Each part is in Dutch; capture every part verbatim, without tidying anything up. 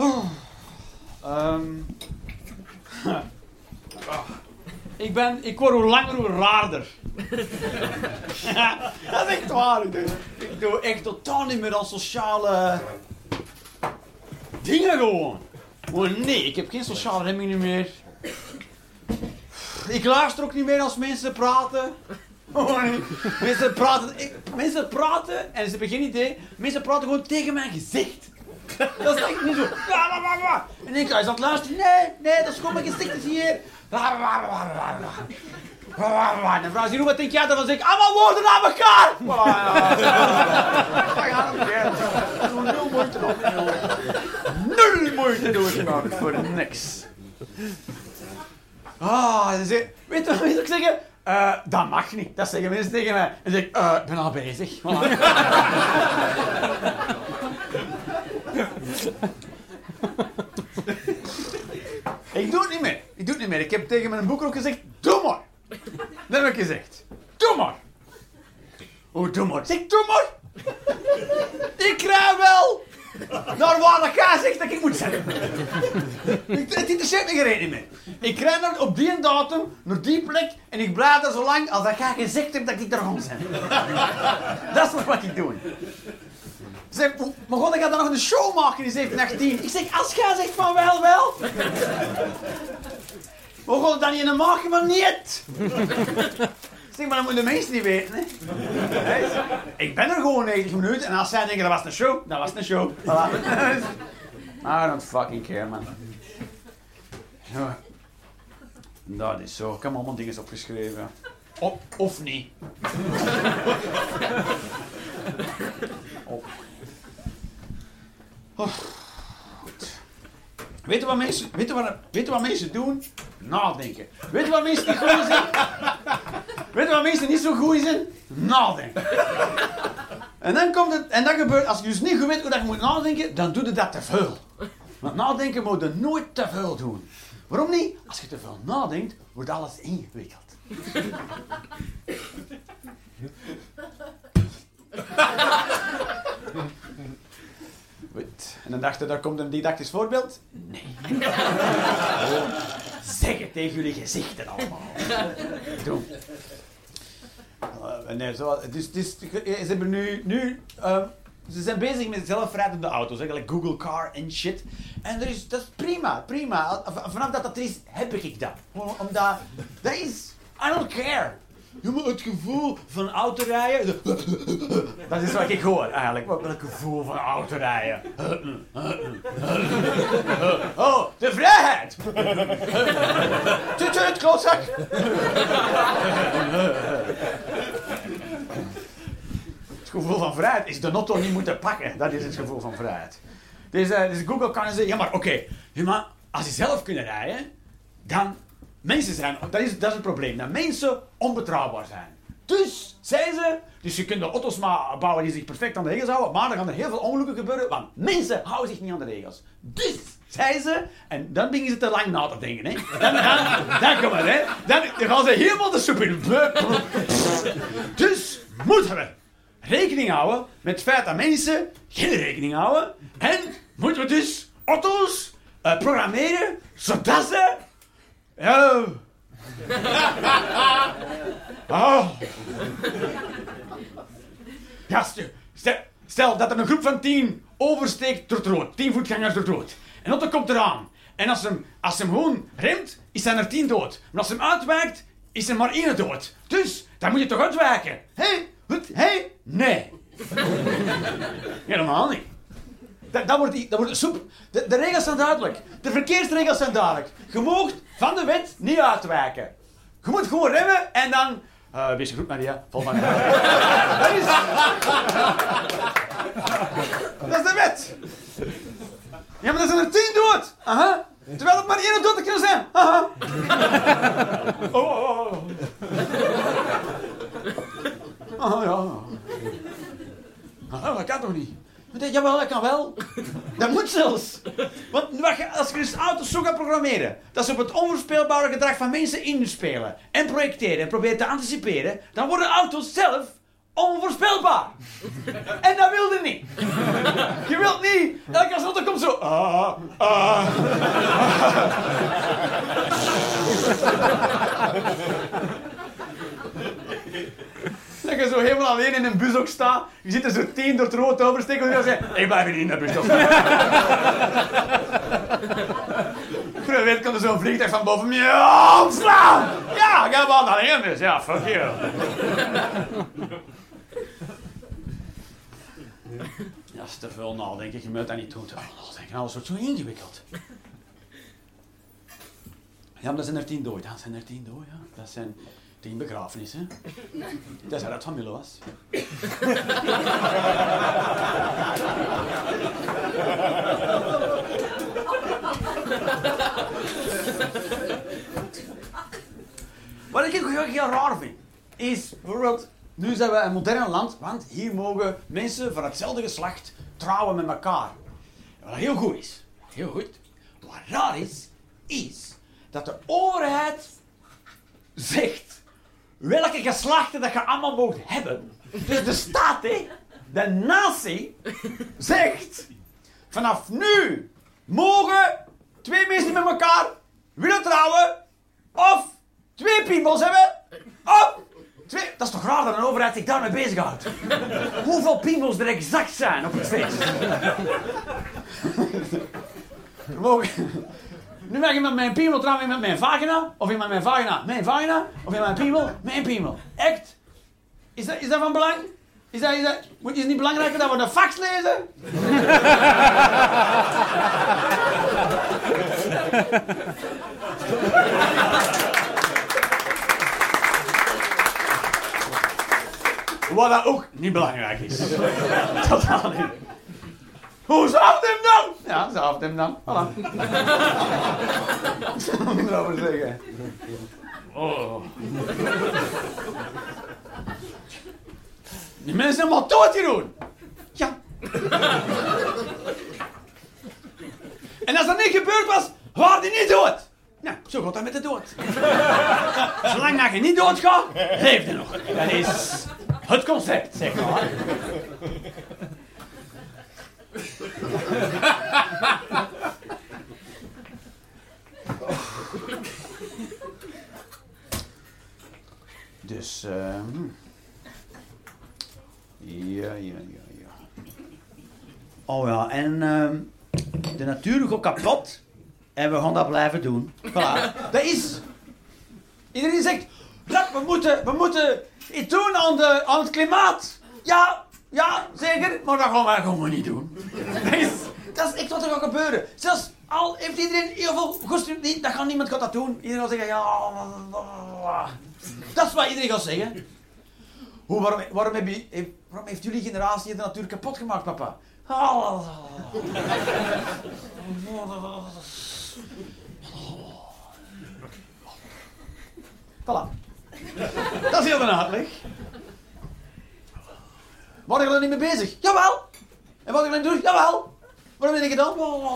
Oh. Um. Oh. Ik ben, ik word hoe langer hoe raarder. Dat is echt waar. Ik doe, ik doe echt totaal niet meer aan sociale dingen gewoon. Oh nee, ik heb geen sociale remming meer. Ik luister ook niet meer als mensen praten. Oh nee. Mensen praten, ik, mensen praten en ze hebben geen idee. Mensen praten gewoon tegen mijn gezicht. Dat is echt niet zo. En ik ga eens aan het luisteren. Nee, nee, dat is gewoon mijn gezicht is hier. En dan vragen ze, wat denk jij ervan? Dan zeg ik, allemaal woorden aan elkaar! Nul moeite nog. Nul moeite doe ik nog voor niks. Ah, dan zeg, weet je wat mensen zeggen? Uh, dat mag niet. Dat zeggen mensen tegen mij. En dan zeg ik, uh, ik ben al bezig. Voilà. Ik doe het niet meer. Ik doe het niet meer. Ik heb tegen mijn boek ook gezegd, doe maar. Dat heb ik gezegd. Doe maar. Oh, doe maar. Zeg, doe maar. Ik rij wel naar waar dat jij zegt dat ik moet zijn. Het interesseert me geen niet meer. Ik rij naar, op die datum naar die plek en ik blijf daar zo lang als dat jij gezegd hebt dat ik daar ga zijn. Dat is nog wat ik doe. Ze zegt, maar god, ik ga dan nog een show maken in zeventien achttien. Ik zeg, als jij zegt van wel, wel. Maar god, dan niet in een maken, maar niet. Zeg, maar dat moeten de mensen niet weten, hè. Hey, ik ben er gewoon negentig minuten en als zij denken, dat was een show, dat was een show. Voilà. I don't fucking care, man. Zo. Dat is zo. Ik heb allemaal dingen opgeschreven. Op of niet. Op. Oh, goed. Weet je wat mensen, weet je wat, weet je wat mensen doen? Nadenken. Weet je wat mensen niet goed zijn? Weet je wat mensen niet zo goed zijn? Nadenken. En dan komt het, en dat gebeurt, als je dus niet goed weet hoe dat je moet nadenken, dan doe je dat te veel. Want nadenken moet je nooit te veel doen. Waarom niet? Als je te veel nadenkt, wordt alles ingewikkeld. Goed. En dan dachten, daar komt een didactisch voorbeeld. Nee. Gewoon zeg het tegen jullie gezichten allemaal. Doe. Uh, nee, zo, dus, dus, ze hebben nu... nu uh, ze zijn bezig met zelfrijdende auto's, hè, like Google Car en shit. En er is, dat is prima, prima. Vanaf dat dat er is, heb ik dat. Omdat, dat is... I don't care. Ja, maar het gevoel van autorijden... Dat is wat ik hoor, eigenlijk. Wat het gevoel van autorijden. Oh, de vrijheid! Tut, tut, klootzak! Het gevoel van vrijheid is de notto niet moeten pakken. Dat is het gevoel van vrijheid. Dus, uh, dus Google kan zeggen, ja maar oké, okay, ja, maar als je zelf kunnen rijden, dan... Mensen zijn, dat is, dat is het probleem, dat mensen onbetrouwbaar zijn. Dus, zijn ze, dus je kunt de auto's maar bouwen die zich perfect aan de regels houden, maar dan gaan er heel veel ongelukken gebeuren, want mensen houden zich niet aan de regels. Dus, zijn ze, en dan beginnen ze te lang na te denken, hè. Dan, dan, dan kom maar, hè. Dan, dan gaan ze helemaal de soep in. Dus, moeten we rekening houden met het feit dat mensen geen rekening houden, en moeten we dus auto's uh, programmeren, zodat ze... Oh. Oh. Gasten, stel, stel dat er een groep van tien oversteekt door het rood. Tien voetgangers door het rood. En Otto komt eraan. En als hem, als hem gewoon remt, is zijn er tien dood. Maar als hem uitwijkt, is er maar één dood. Dus, dan moet je toch uitwijken. Hé? Hey? Hé? Hey? Nee. Helemaal niet. Dat, dat, wordt, dat wordt soep. De, de regels zijn duidelijk. De verkeersregels zijn duidelijk. Je moogt van de wet niet uitwijken. Je moet gewoon remmen en dan... Uh, wees je goed, Maria. Vol van mij. Dat is... Dat is de wet. Ja, maar dat zijn er tien dood. Aha. Terwijl het maar één dood te kunnen zijn. Aha. Oh, oh, oh. Oh, ja. Oh, dat kan toch niet? Jawel, dat kan wel. Dat moet zelfs. Want als je dus auto's zo gaat programmeren, dat ze op het onvoorspelbare gedrag van mensen inspelen en projecteren en proberen te anticiperen, dan worden auto's zelf onvoorspelbaar. En dat wilde niet. Je wilt niet. Elke als er komt zo. Ah, ah. Dat je zo helemaal alleen in een bus ook staat. Je zit er zo tien door het rood oversteken. En je zegt, ik blijf hier niet in de bus. Voor je weet kan er zo'n vliegtuig van boven me ja, ontslaan. Ja, ik heb al alleen dus. Ja, fuck you. Dat is te veel nadenken. Je moet dat niet doen. Te veel nadenken. Alles wordt zo ingewikkeld. Ja, maar dat zijn er tien dood. Dat zijn er tien dood, ja. Dat zijn tien begrafenissen. Dat is uit van Mille was. Wat ik heel, heel raar vind, is bijvoorbeeld, nu zijn we een modern land, want hier mogen mensen van hetzelfde geslacht trouwen met elkaar. Wat heel goed is, heel goed. Wat raar is, is dat de overheid zegt welke geslachten dat je allemaal mag hebben. Dus de staat, hè, de natie, zegt vanaf nu mogen twee mensen met elkaar willen trouwen of twee piemels hebben of twee... Dat is toch raar dat een overheid zich daarmee bezighoudt? Hoeveel piemels er exact zijn op het feest? We mogen... Nu mag iemand met een piemel trouwen, iemand met een vagina, of iemand met een vagina met een vagina, of iemand met een piemel met een piemel. Echt? Is dat, is dat van belang? Is dat, is dat, is het niet belangrijker dat we de fax lezen? Wat dat ook niet belangrijk is. Totaal niet. Hoe zaaft hem dan? Ja, zaaft hem dan. Voilà. Wat moet ik erover zeggen? Oh. Die mensen zijn allemaal dood, Jeroen. Ja. En als dat niet gebeurd was, waren die niet dood. Nou, zo gaat dat met de dood. Zolang dat je niet doodgaat, leef je nog. Dat is het concept, zeg maar. Dus, um... ja, ja, ja, ja. Oh ja, en um, de natuur gaat kapot en we gaan dat blijven doen. Voilà. Dat is... Iedereen zegt, we moeten, we moeten iets doen aan, de, aan het klimaat. Ja, ja, zeker, maar dat gaan we gewoon niet doen. Dat is, dat is echt wat er gaat gebeuren. Zelfs al heeft iedereen heel veel goesting, niet, dat gaat niemand gaat dat doen. Iedereen gaat zeggen, ja... Dat is wat iedereen gaat zeggen. Hoe, waarom, waarom, heb je, waarom heeft jullie generatie de natuur kapot gemaakt, papa? Voilà. Dat is heel de uitleg. Waar ben je er niet mee bezig? Jawel! En wat ben je dan doen? Jawel! Waarom ben ik gedaan?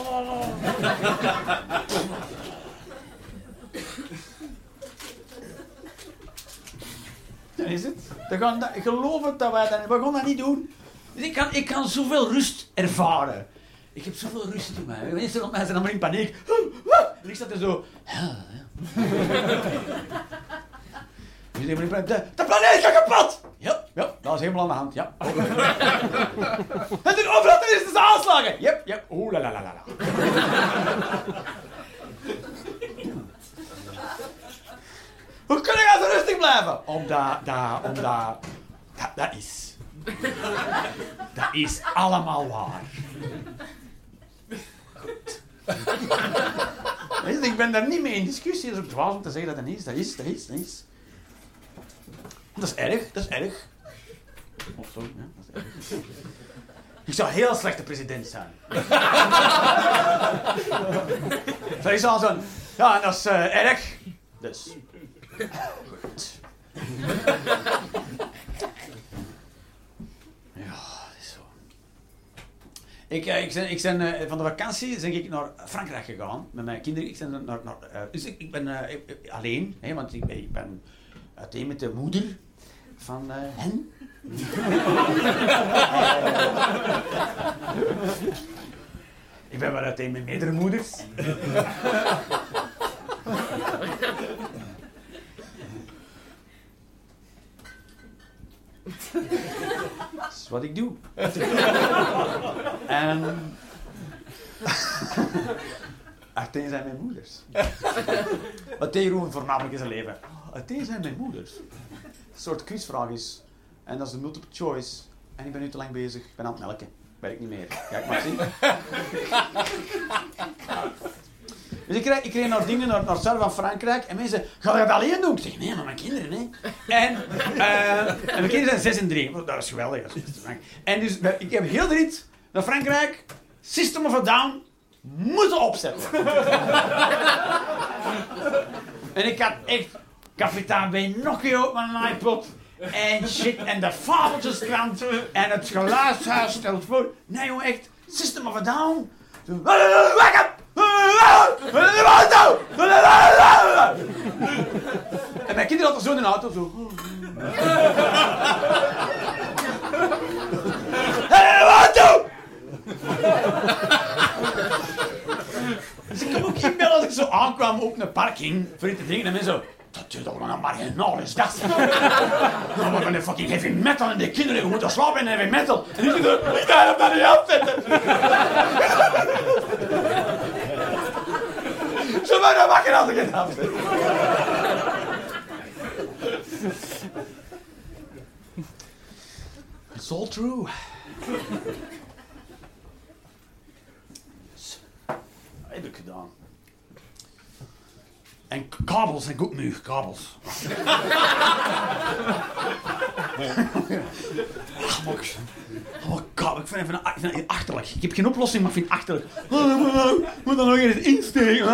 Dat is het. We gaan dat, ik geloof het dat wij dat... We gaan dat niet doen. Dus ik kan, ik kan zoveel rust ervaren. Ik heb zoveel rust in mij. Mensen rond mij zijn allemaal in paniek. En ik sta er zo... De, de planeet gaat kapot! Ja, ja, dat is helemaal aan de hand, ja. Het is overal terroristische aanslagen! Yep, yep, oeh la la la la. Hoe kun je zo rustig blijven? Omdat, dat, omdat... Dat, dat is... Dat is allemaal waar. Goed. Ik ben daar niet mee in discussie, dat is ook dwaas om te zeggen dat dat is. Dat is, dat is, dat is. Dat is erg, dat is erg. Of zo, ja, dat is erg. Ik zou heel een slechte president zijn. Dat is al zo'n... Ja, en dat is uh, erg. Dus... Goed. Ja, dat is zo. Ik, uh, ik ben, ik ben uh, van de vakantie ben ik naar Frankrijk gegaan met mijn kinderen. Ik ben naar, naar, uh, dus ik, ik ben uh, ik, alleen, hè, want ik ben, ik ben uiteen met de moeder. van uh, hen. Ik ben wel uiteen met meerdere moeders. Dat is wat ik doe. En... uiteen zijn mijn moeders. Uiteen roepen voornamelijk in zijn leven. Uiteen zijn mijn moeders. Een soort quizvraag is. En dat is de multiple choice. En ik ben nu te lang bezig. Ik ben aan het melken. Werk niet meer. Ja, ik mag zien. Dus ik kreeg, ik kreeg naar dingen, naar, naar het zuiden van Frankrijk. En mensen zeggen, ga je dat alleen doen? Ik zeg, nee, maar mijn kinderen, hè. En, uh, en mijn kinderen zijn zes en drie. Dat is geweldig. Dat is en dus, ik heb heel de rit naar Frankrijk. System of a Down moeten opzetten. En ik had echt Kapitein Pinocchio op mijn iPod. En shit, en de fabeltjeskrant. En het geluidshuis stelt voor. Nee jongen, echt. System of a Down. Wake up! En mijn kinderen hadden zo in de auto. Zo. Dus ik kon ook inbellen als ik zo aankwam op een parking voor iets te drinken en mensen zo, dat duurt allemaal een marginaal is dat. Dan wordt een fucking heavy metal en de kinderen, we moeten slapen in heavy metal. En ik zeg, ik ga hem daar niet afzetten. Ze worden wakker als ik het afzet. It's all true. Dat heb ik gedaan. En kabels, en ook nu, kabels. Oh, kabel, ik vind het even, even achterlijk. Ik heb geen oplossing, maar ik vind het achterlijk. Ik moet dan nog eens insteken.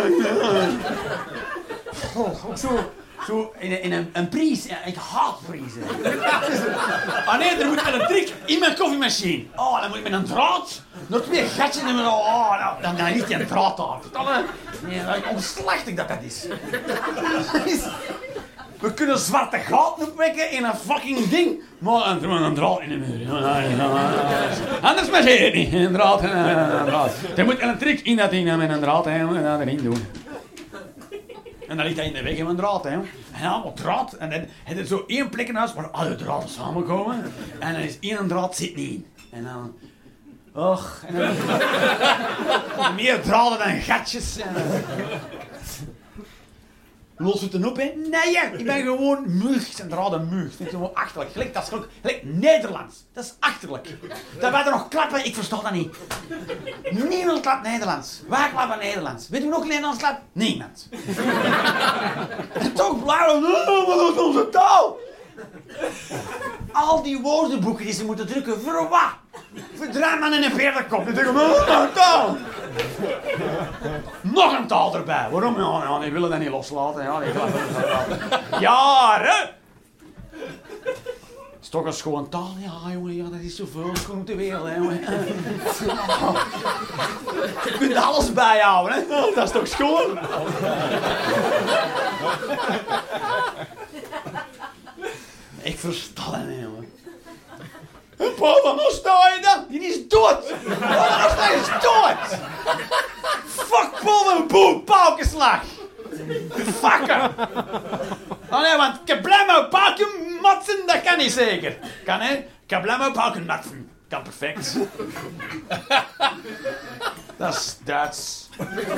Oh, ook zo, zo in, in een, een pries. Ik haat priezen. Ah nee, er moet wel een trick in mijn koffiemachine. Oh, dan moet ik met een draad door twee gatjes en dan, oh, dan, dan, dan ligt die een draad daar. Nee, hoe slecht dat dat is. We kunnen zwarte gaten opwekken in een fucking ding. Maar een, een draad in de muur. Anders mag je het niet. Een draad, een draad. Er moet een trick in dat ding met een draad en dat erin doen. En dan ligt hij in de weg in een draad. Hè. En allemaal draad. En dan heb je zo één plek in huis waar alle draden samenkomen. En dan is één draad zit niet in. En dan... Och. En dan, meer draden dan gatjes. En, los het dan op, hè? Nee, ik ben gewoon mug. En draden mug. Dat is gewoon achterlijk. Gelijk, dat is gelijk, gelijk Nederlands. Dat is achterlijk. Dat wij er nog klappen, ik versta dat niet. Niemand klapt Nederlands. Wij klappen Nederlands. Weet u nog Nederlands klapt? Niemand. En toch blijven we, wat is onze taal? Al die woordenboeken die ze moeten drukken, voor wat? Voor drie mannen in een peerderkop. Die denken, oh, een taal. Nog een taal erbij. Waarom? Ja, ja, die willen dat niet loslaten. Ja, die willen jaren. Is toch een schoon taal? Ja, jongen, ja, dat is zoveel schoon op de wereld, hè, jongen. Je kunt alles bijhouden, hè. Dat is toch schoon? Ik versta het niet, jongen. En Paul van Oost-Sta je dan? Die is dood! Paul van Oost-Sta is dood! Fuck Paul van Boem, paukenslag! Fucker! Oh nee, want kablammo, pauken, matsen, dat kan niet zeker. Kan hè? Kablammo, pauken, matsen. Kan perfect. Dat is Duits.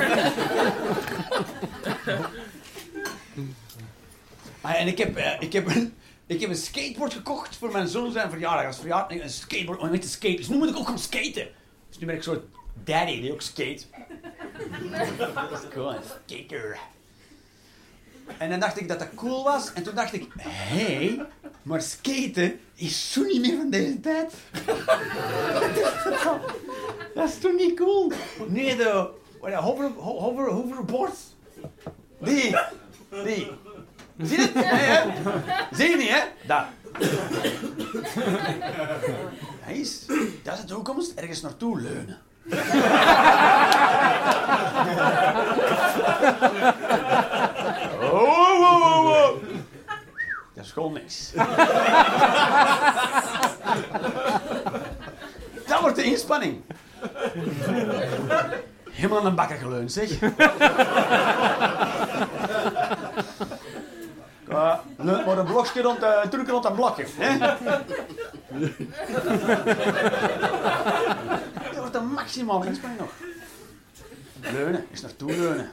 Ah, en ik heb, uh, ik heb een... Ik heb een skateboard gekocht voor mijn zoon zijn verjaardag. Als verjaardag een skateboard om mee te skaten. Dus nu moet ik ook gaan skaten. Dus nu ben ik zo'n daddy die ook skate. Dat is cool, een skater. En dan dacht ik dat dat cool was. En toen dacht ik, hé, hey, maar skaten is zo niet meer van deze tijd. Dat is toch niet cool? Nee, de hover, hover, hoverboard. Die, die. Zie je het? Nee, hè? Zie je niet, hè? Daar. Nice. Dat is de toekomst. Ergens naartoe leunen. Oh, oh, oh, oh. Dat is gewoon niks. Dat wordt de inspanning. Helemaal aan een bakker geleund, zeg. Uh, leunt maar een blokje rond, uh, trucken rond dat blokje. Hè? Dat wordt de maximale inspanning nog. Leunen, is naartoe leunen.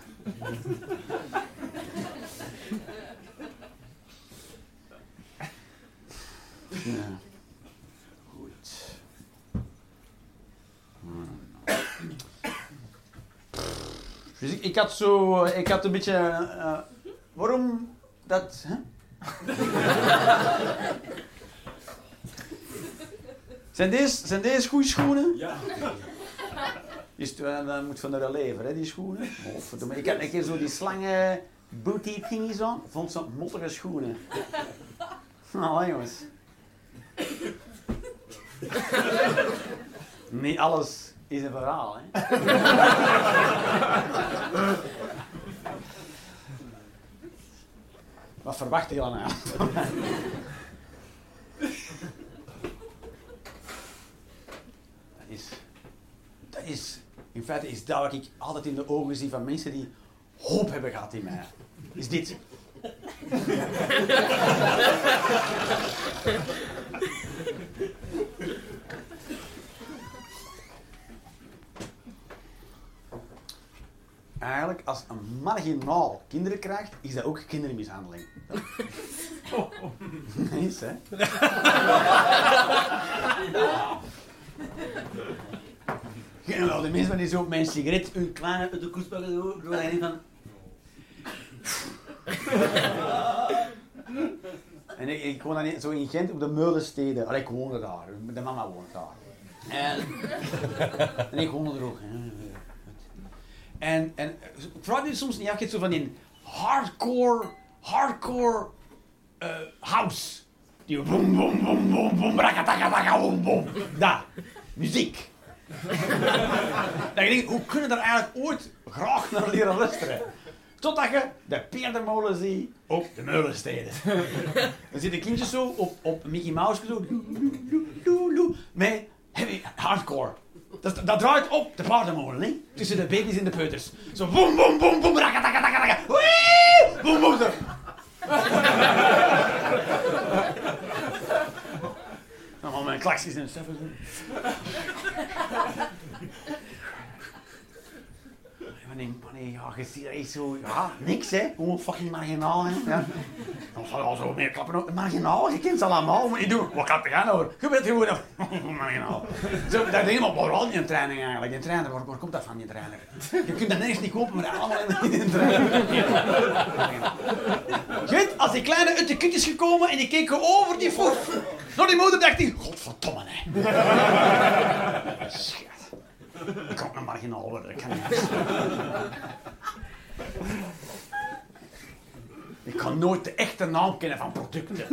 Ja. Goed. Dus ik, ik had zo, ik had een beetje, uh, waarom dat, hè? Zijn deze, zijn deze goede schoenen? Ja. Is, dan moet van de leven, hè, die schoenen. Of, ik had een keer zo die slangen booty thingies aan. Ik vond zo'n mottige schoenen. Nou, jongens. Niet alles is een verhaal, hè. Wat verwacht je dan aan? Dat is... Dat is... In feite is dat wat ik altijd in de ogen zie van mensen die hoop hebben gehad in mij. Is dit. Eigenlijk, als een marginaal kinderen krijgt, is dat ook kindermishandeling. Is, hè? Ja, wel, de mensen die zo op mijn sigaret een kleine uit de koers pakken, zo, zo en van... En ik, ik woon dan zo in Gent op de Meulenstede. Allee, ik woonde daar. De mama woont daar. En, en ik woonde er ook. En, en ik vraag je soms niet af, je hebt zo van die hardcore, hardcore uh, house. Die boom, boom, boom, boom, boom, rakataka, boom, boom. Dat, muziek. Dat je denkt, hoe kunnen daar eigenlijk ooit graag naar leren luisteren? Totdat je de peerdermolen ziet op de Meulenstede. Dan zitten kindjes zo op, op Mickey Mouse zo, met heavy hardcore. Dat, dat draait op de paardenmolen, hè? Tussen de baby's en de peuters. Zo boem, boem, boem, boem, rakataka, wee, boem, boem, zo. Allemaal mijn klaksjes en stuff. Wanneer, wanneer, ja, je ziet echt zo, ja, niks, hè. Gewoon fucking marginaal, hè. Ja. Dan zal je al zo meer klappen. Marginaal, je kent ze allemaal, moet je doen. Wat gaat er gaan over? Je bent gewoon marginaal. Zo, dat denk je maar, waarom in een training eigenlijk? Die trainer, waar, waar komt dat van, die trainer? Je kunt dat nergens niet kopen, maar allemaal in een trainer. Je weet, als die kleine uit de kut is gekomen en die keek over die voet naar die moeder, dacht hij, godverdomme, hè. Shit. Ik kan ook een marginaal worden, dat kan niet. Ik kan nooit de echte naam kennen van producten.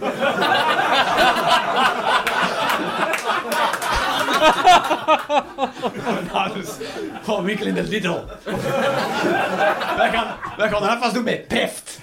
Nou, dus gewoon winkel in de Lidl. wij, gaan, wij gaan dat vast doen met Peft.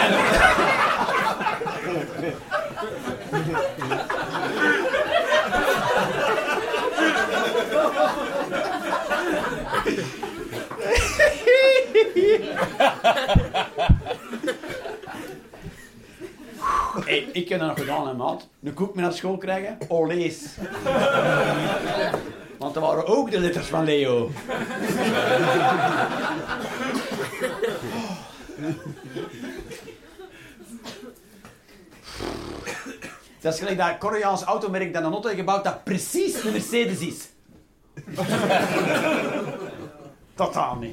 Hey, ik heb dat nog gedaan, hè, maat. Nu koek me naar school krijgen. Olees. Want er waren ook de letters van Leo. Dat is gelijk dat Koreaans automerk dat een auto heeft gebouwd dat precies een Mercedes is. Totaal niet.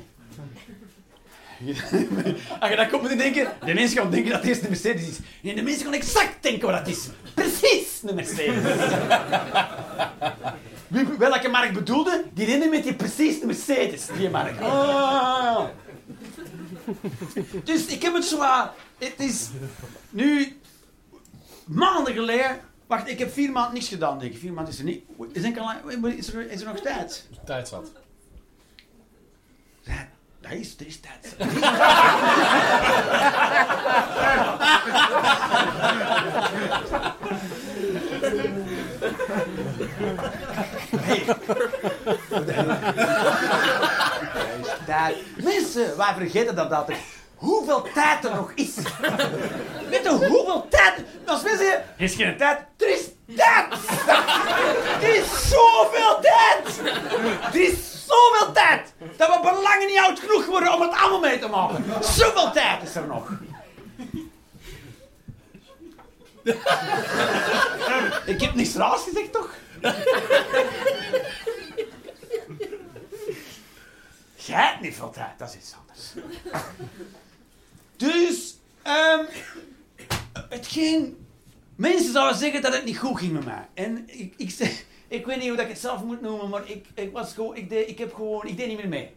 Als je dat komt te denken, de mensen gaan denken dat het eerst een Mercedes is. En de mensen gaan exact denken wat dat is. Precies een Mercedes. Welke mark bedoelde? Die ene met die precies de Mercedes. Die mark. Oh. Dus ik heb het zo aan. Het is nu maanden geleden. Wacht, ik heb vier maanden niks gedaan, denk ik. Vier maanden is er niet. Is, enkel, is, er, is er nog tijd? Tijd zat. Ja, dat is, dat is tijd. Hey. Tijd. Mensen, wij vergeten dat dat er hoeveel tijd er nog is. Weet je hoeveel tijd? Als mensen zeggen, er is geen tijd. Er is tijd! Er is zoveel tijd! Er is zoveel tijd! Dat we belangen niet oud genoeg worden om het allemaal mee te maken. Zoveel tijd is er nog. Ik heb niks raars gezegd, toch? Jij hebt niet veel tijd, dat is iets anders. Dus, um, hetgeen... Mensen zouden zeggen dat het niet goed ging met mij. En ik, ik, zeg, ik weet niet hoe ik het zelf moet noemen, maar ik, ik, was gewoon, ik, deed, ik, heb gewoon, ik deed niet meer mee.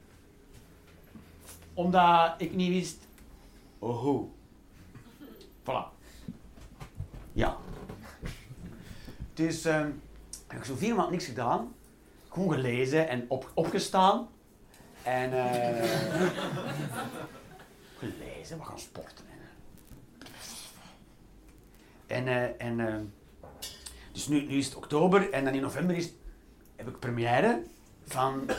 Omdat ik niet wist... Oh, hoe. Voilà. Ja. Dus um, heb ik zo vier maanden niks gedaan. Gewoon gelezen en op, opgestaan. En... Uh, gelezen, we gaan sporten. En, uh, en uh, dus nu, nu is het oktober en dan in november is, heb ik première van,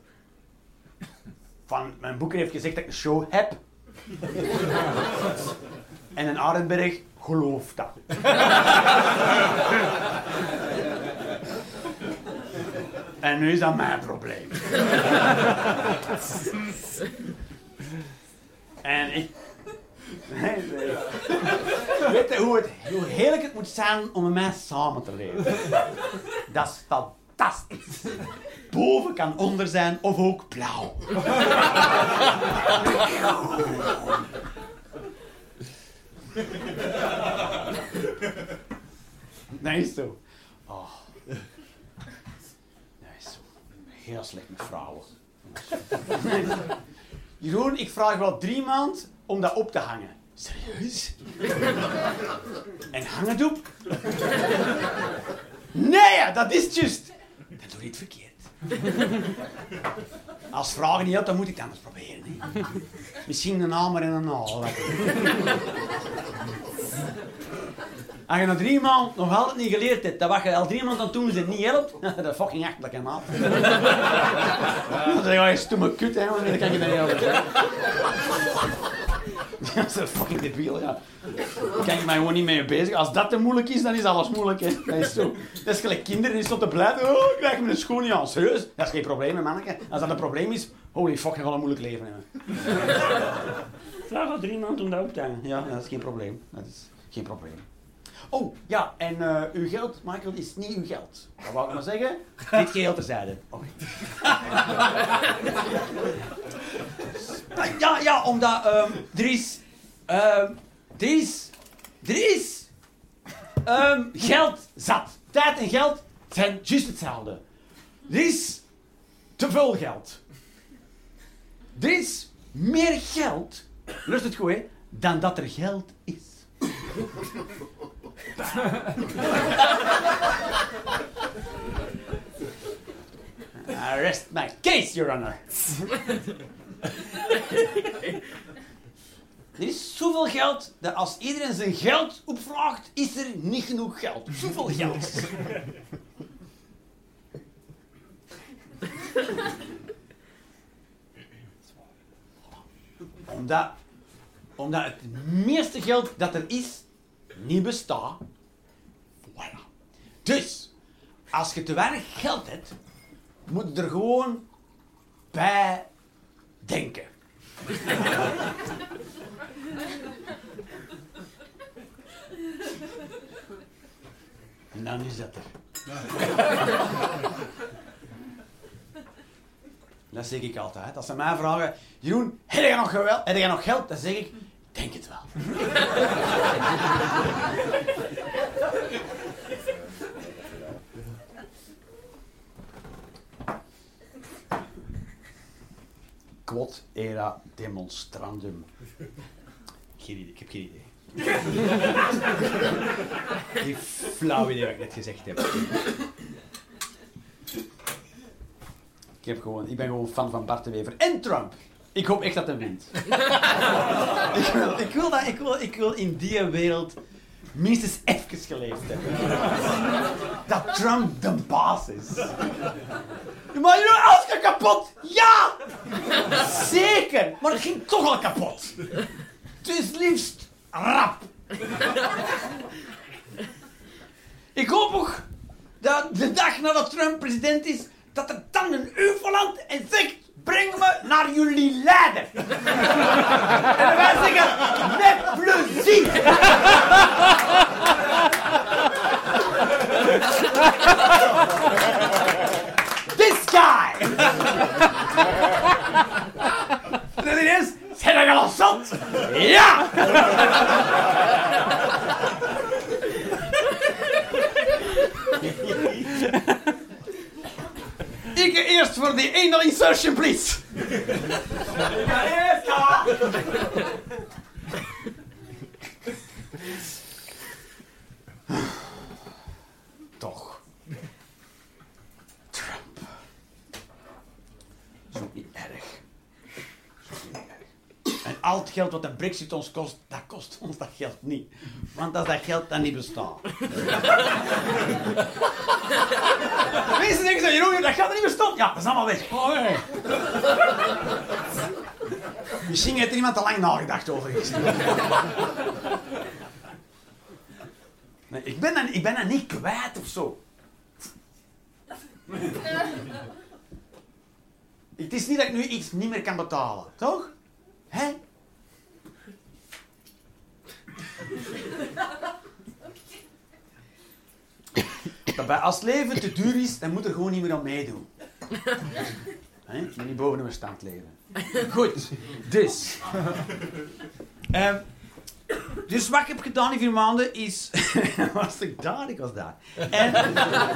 van mijn boeker heeft gezegd dat ik een show heb. En een Arenberg gelooft dat. En nu is dat mijn probleem. En ik... Nee, nee. Weet je hoe, het, hoe heerlijk het moet zijn om met mij samen te leven? Dat is fantastisch. Boven kan onder zijn of ook blauw. Dat is zo. Oh. Dat is zo. Heel slecht met vrouwen. Jeroen, ik vraag wel drie maanden om dat op te hangen. Serieus? En hang het op? Nee, dat is juist. Dat doe je het verkeerd. Als vragen niet helpt, dan moet ik het anders proberen. Hè. Misschien een hamer en een naal. Als je na drie maanden nog altijd niet geleerd hebt dat wat je al drie maanden aan het doen is het niet helpt, dat is fucking achterlijk, hè, maat. Dan zeg je, oh, je stomme kut, hè, dan kan je dat niet helpen. Dat is fucking debiel, ja. Daar kan je mij gewoon niet mee bezig. Als dat te moeilijk is, dan is alles moeilijk, hè. Dat is zo. Dat is gelijk kinderen die stoppen te blijven. Oh, ik krijg me een schoen niet aan. Serieus? Dat is geen probleem, hè, manneke. Als dat een probleem is, holy fuck, je gaat een moeilijk leven hebben. Vraag al drie maanden om dat op te hangen. Ja, dat is geen probleem. Dat is geen probleem. Oh, ja, en uh, uw geld, Michael, is niet uw geld. Dat wou ik maar zeggen. Dit geheel terzijde. Oh. Ja, ja, omdat um, er is... Um, er is... Er is... Um, geld zat. Tijd en geld zijn juist hetzelfde. Er is te veel geld. Er is meer geld, lust het goed, hè, dan dat er geld is. I rest my case, Your Honor. Er is zoveel geld dat als iedereen zijn geld opvraagt, is er niet genoeg geld. Zoveel geld. Omdat, omdat het meeste geld dat er is, niet bestaat. Voilà. Dus, als je te weinig geld hebt, moet je er gewoon bij denken. En dan is dat er. Dat zeg ik altijd. Als ze mij vragen, Jeroen, heb jij nog, geweld, heb jij nog geld? Dan zeg ik, denk het wel. Quod era demonstrandum. Geen idee, ik heb geen idee. Geen flauw idee wat ik net gezegd heb. Ik, heb gewoon, ik ben gewoon fan van Bart de Wever en Trump. Ik hoop echt dat hij wint. ik, wil, ik, wil dat, ik, wil, ik wil in die wereld minstens even geleefd hebben. dat Trump de baas is. Maar alles gaat kapot. Ja! Zeker. Maar het ging toch al kapot. Dus liefst rap. Ik hoop ook dat de dag nadat Trump president is, dat er dan een U F O landt en zegt, breng me naar jullie leider. En wij zeggen, met plezier. This guy. En dan ineens, zijn er al zat? Ja! Ik eerst voor die anal insertion, please. Toch. Trump. Zo niet erg. Zo niet erg. En al het geld wat de Brexit ons kost, dat kost ons dat geld niet. Want als dat geld dan niet bestaat. Mensen denken zo, Jeroen, dat gaat er niet bestaan. Ja, dat is allemaal weg. Oh, nee. Misschien heeft er iemand te lang nagedacht over iets. Nee, ik ben dat, ik ben dat niet kwijt of zo. Het is niet dat ik nu iets niet meer kan betalen, toch? Hè? Daarbij, als het leven te duur is, dan moet er gewoon niet meer aan meedoen. He? Je moet niet boven de bestand leven. Goed, dus. Um, dus wat ik heb gedaan in vier maanden is... was ik daar? Ik was daar. En...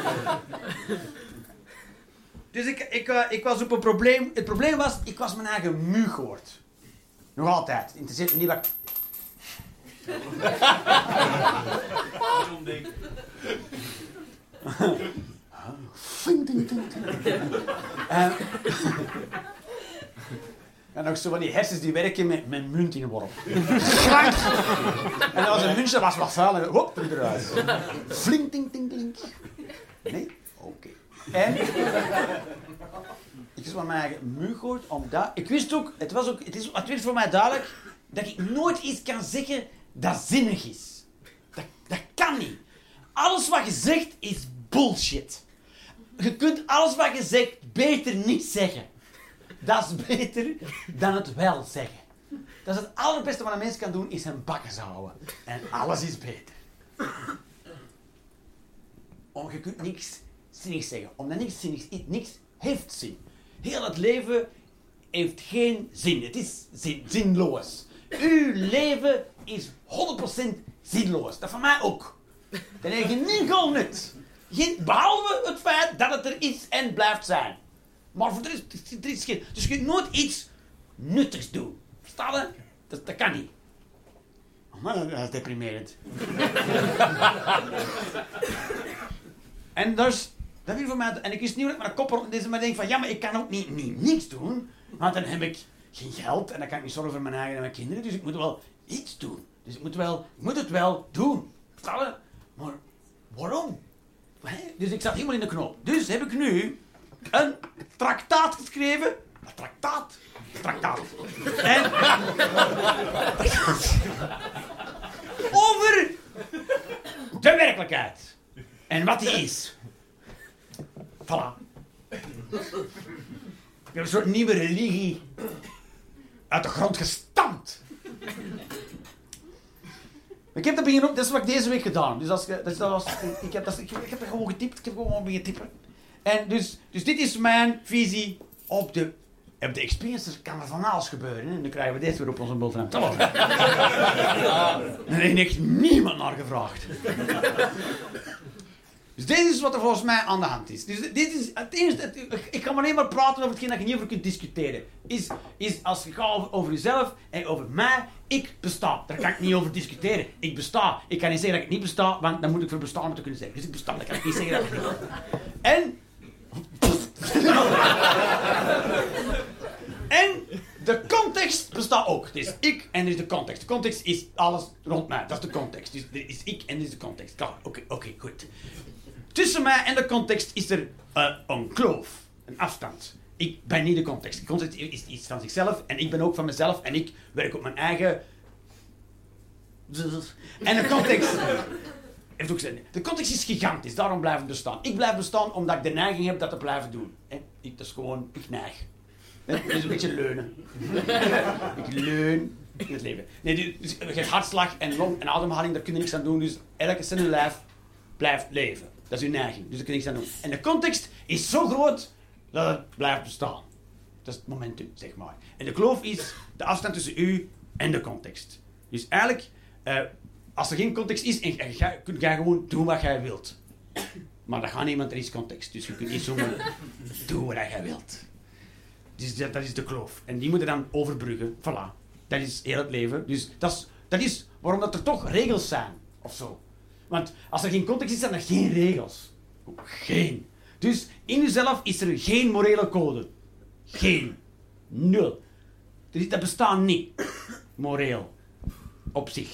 dus ik, ik, uh, ik was op een probleem... Het probleem was, ik was mijn eigen mu geworden. Nog altijd. Het interesseert me niet wat... Waarom denk ik? Ding, ding, ding, ding. uh, en ook zo van die hersens die werken met, met munt in een worp. En als een muntje was wat vuil en hop, terug eruit. Flink, ding, ding, ding. Nee? Oké. Okay. En ik was van mijn eigen mu gehoord, omdat... Ik wist ook, het was ook, het is, het werd voor mij duidelijk dat ik nooit iets kan zeggen dat zinnig is. Dat, dat kan niet. Alles wat je zegt is bullshit. Je kunt alles wat je zegt beter niet zeggen. Dat is beter dan het wel zeggen. Dat is het allerbeste wat een mens kan doen, is zijn bakken houden. En alles is beter. Om, je kunt niks zinnigs zeggen. Omdat niks zinnigs is, niks heeft zin. Heel het leven heeft geen zin. Het is zin, zinloos. Uw leven is honderd procent zinloos. Dat van mij ook. Dan heb je enkel nut. Geen, behalve het feit dat het er is en blijft zijn. Maar voor de rest, er is geen... Dus je kunt nooit iets nuttigs doen. Versta je? Dat, dat kan niet. Oh man, dat is deprimerend. En dus... Dat wil voor mij... En ik wist niet hoe ik mijn kop rond deze, maar denk van... Ja, maar ik kan ook niet, niet niks doen. Want dan heb ik geen geld. En dan kan ik niet zorgen voor mijn eigen en mijn kinderen. Dus ik moet wel iets doen. Dus ik moet, wel, ik moet het wel doen. Versta je? Maar waarom? Dus ik zat helemaal in de knoop. Dus heb ik nu een traktaat geschreven. Een traktaat? Traktaat. En... over de werkelijkheid. En wat die is. Voilà. Ik heb een soort nieuwe religie uit de grond gestampt. Ik heb dat beginnen op, dat is wat ik deze week gedaan. Dus als, dat is, dat was, ik, heb dat, ik, ik heb dat gewoon getypt, ik heb gewoon beginnen typen. En dus, dus dit is mijn visie op de, op de experience. Er kan er van alles gebeuren. Hè? En dan krijgen we dit weer op onze boterham. Daar heeft echt niemand naar gevraagd. Dus dit is wat er volgens mij aan de hand is. Dus dit is het enige, het, ik kan alleen maar praten over hetgeen dat je niet over kunt discussiëren. Is, is als je gaat over, over jezelf en over mij, ik besta. Daar kan ik niet over discussiëren. Ik besta. Ik kan niet zeggen dat ik niet besta, want dan moet ik voor bestaan om te kunnen zeggen. Dus ik besta, dan kan ik niet zeggen dat ik niet besta. En... en de context bestaat ook. Het is ik en er is de context. De context is alles rond mij. Dat is de context. Dus er is ik en er is de context. Oké, okay, oké, okay, goed. tussen mij en de context is er uh, een kloof, een afstand. Ik ben niet de context. De context is iets van zichzelf en ik ben ook van mezelf en ik werk op mijn eigen... En de context... heeft ook zin. De context is gigantisch, daarom blijf ik bestaan. Ik blijf bestaan omdat ik de neiging heb dat te blijven doen. Ik, dat is gewoon, ik neig. Dat is een beetje leunen. Ik leun in het leven. Nee, dus je hebt hartslag en long en ademhaling, daar kun je niks aan doen. Dus elke cel in je lijf blijft leven. Dat is uw neiging, dus daar kun je niks aan doen. En de context is zo groot dat het blijft bestaan. Dat is het momentum, zeg maar. En de kloof is de afstand tussen u en de context. Dus eigenlijk, uh, als er geen context is, en je kunt jij gewoon doen wat jij wilt. Maar dat gaat niet, want er is context. Dus je kunt niet zomaar doen wat jij wilt. Dus dat, dat is de kloof. En die moeten dan overbruggen. Voilà. Dat is heel het leven. Dus dat is, dat is waarom dat er toch regels zijn. Of zo. Want als er geen context is, zijn er geen regels. Geen. Dus in jezelf is er geen morele code. Geen. Nul. Dat bestaat niet. Moreel. Op zich.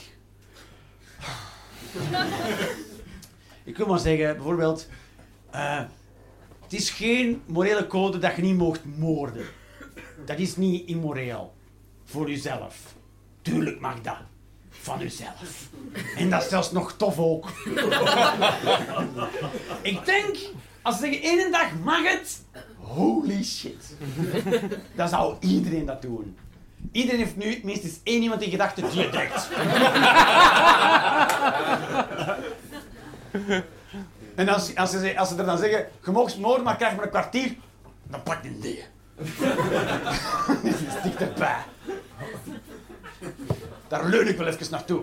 Ik wil maar zeggen, bijvoorbeeld... Uh, het is geen morele code dat je niet moogt moorden. Dat is niet immoreel. Voor jezelf. Tuurlijk mag dat. Van jezelf. En dat is zelfs nog tof ook. Ik denk, als ze zeggen, één dag mag het... Holy shit. Dan zou iedereen dat doen. Iedereen heeft nu minstens één iemand in gedachten die het denkt. En als, als, ze, als ze er dan zeggen, je mag moorden, maar krijg maar een kwartier, dan pak je een D. Dat is dichterbij. Daar leun ik wel even naartoe.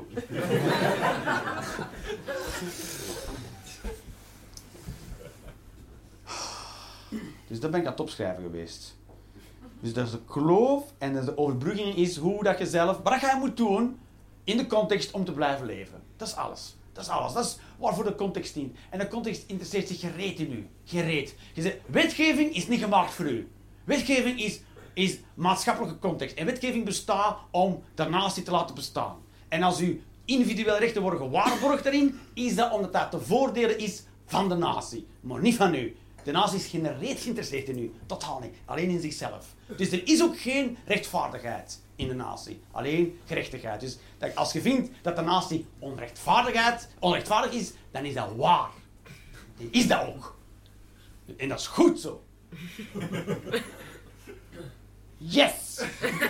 Dus dat ben ik aan het opschrijven geweest. Dus dat is de kloof en de overbrugging is hoe dat je zelf, wat je moet doen in de context om te blijven leven. Dat is alles. Dat is alles. Dat is waarvoor de context dient. En de context interesseert zich gereed in u. Gereed. Je zegt, wetgeving is niet gemaakt voor u. Wetgeving is, is maatschappelijke context. En wetgeving bestaat om de natie te laten bestaan. En als uw individuele rechten worden gewaarborgd daarin, is dat omdat dat te voordelen is van de natie. Maar niet van u. De natie is geen reet geïnteresseerd in u. Totaal niet. Alleen in zichzelf. Dus er is ook geen rechtvaardigheid in de natie. Alleen gerechtigheid. Dus dat als je vindt dat de natie onrechtvaardigheid, onrechtvaardig is, dan is dat waar. Dan is dat ook. En dat is goed zo. Yes!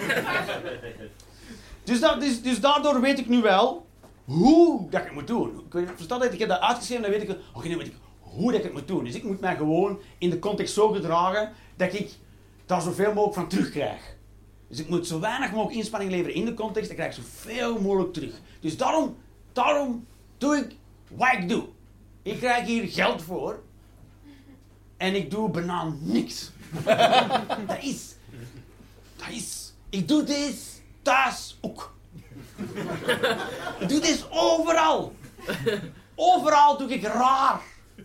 Dus, dat, dus, dus daardoor weet ik nu wel hoe dat ik het moet doen. Ik versta dat ik heb dat uitgeschreven, dan weet ik, oh, nee, weet ik hoe dat ik het moet doen. Dus ik moet mij gewoon in de context zo gedragen dat ik daar zoveel mogelijk van terugkrijg. Dus ik moet zo weinig mogelijk inspanning leveren in de context, dan krijg ik zoveel mogelijk terug. Dus daarom, daarom doe ik wat ik doe. Ik krijg hier geld voor en ik doe bijna niks. Dat is, dat is, ik doe dit thuis ook. Ik doe dit overal. Overal doe ik raar.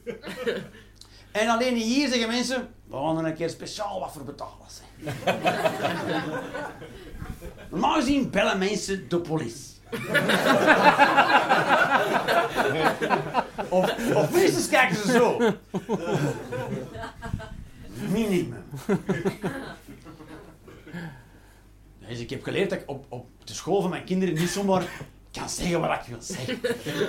En alleen hier zeggen mensen, we gaan er een keer speciaal wat voor betalen. Normaal gezien bellen mensen de politie. of, of minstens kijken ze zo. Minimum. Dus ik heb geleerd dat ik op, op de school van mijn kinderen niet zomaar kan zeggen wat ik wil zeggen.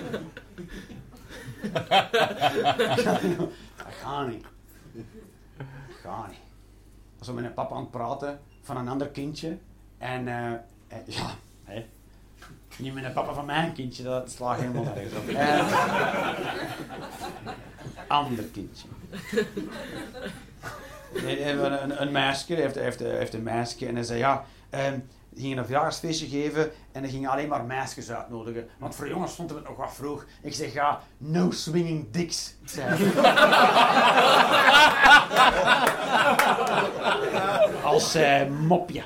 Dat gaat niet. Dat gaat niet. Ik was met mijn papa aan het praten van een ander kindje. En uh, uh, ja, hè. Niet met een papa van mijn kindje, dat slaat helemaal nergens op. Uh, ander kindje. Een, een, een meisje, heeft, heeft, heeft een meisje en hij zei ja, um, die gingen een verjaardagsfeestje geven en hij ging alleen maar meisjes uitnodigen. Want voor jongens vond het nog wat vroeg. Ik zeg ja, no swinging dicks, zei hij. Als uh, mopje.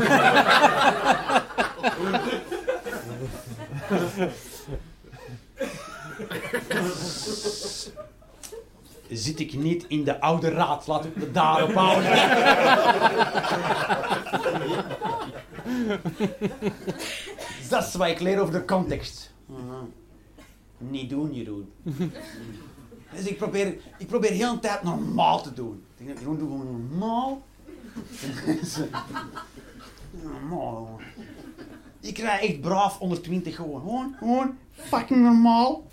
Zit ik niet in de oude raad, laat ik me daarop houden. Dat is wat ik leer over de context. Uh-huh. Niet doen, Jeroen. Dus ik probeer, ik probeer heel de tijd normaal te doen. Ik denk, Jeroen, doe gewoon normaal. Normaal. Ik krijg echt braaf onder twintig gewoon. Gewoon, gewoon, fucking normaal.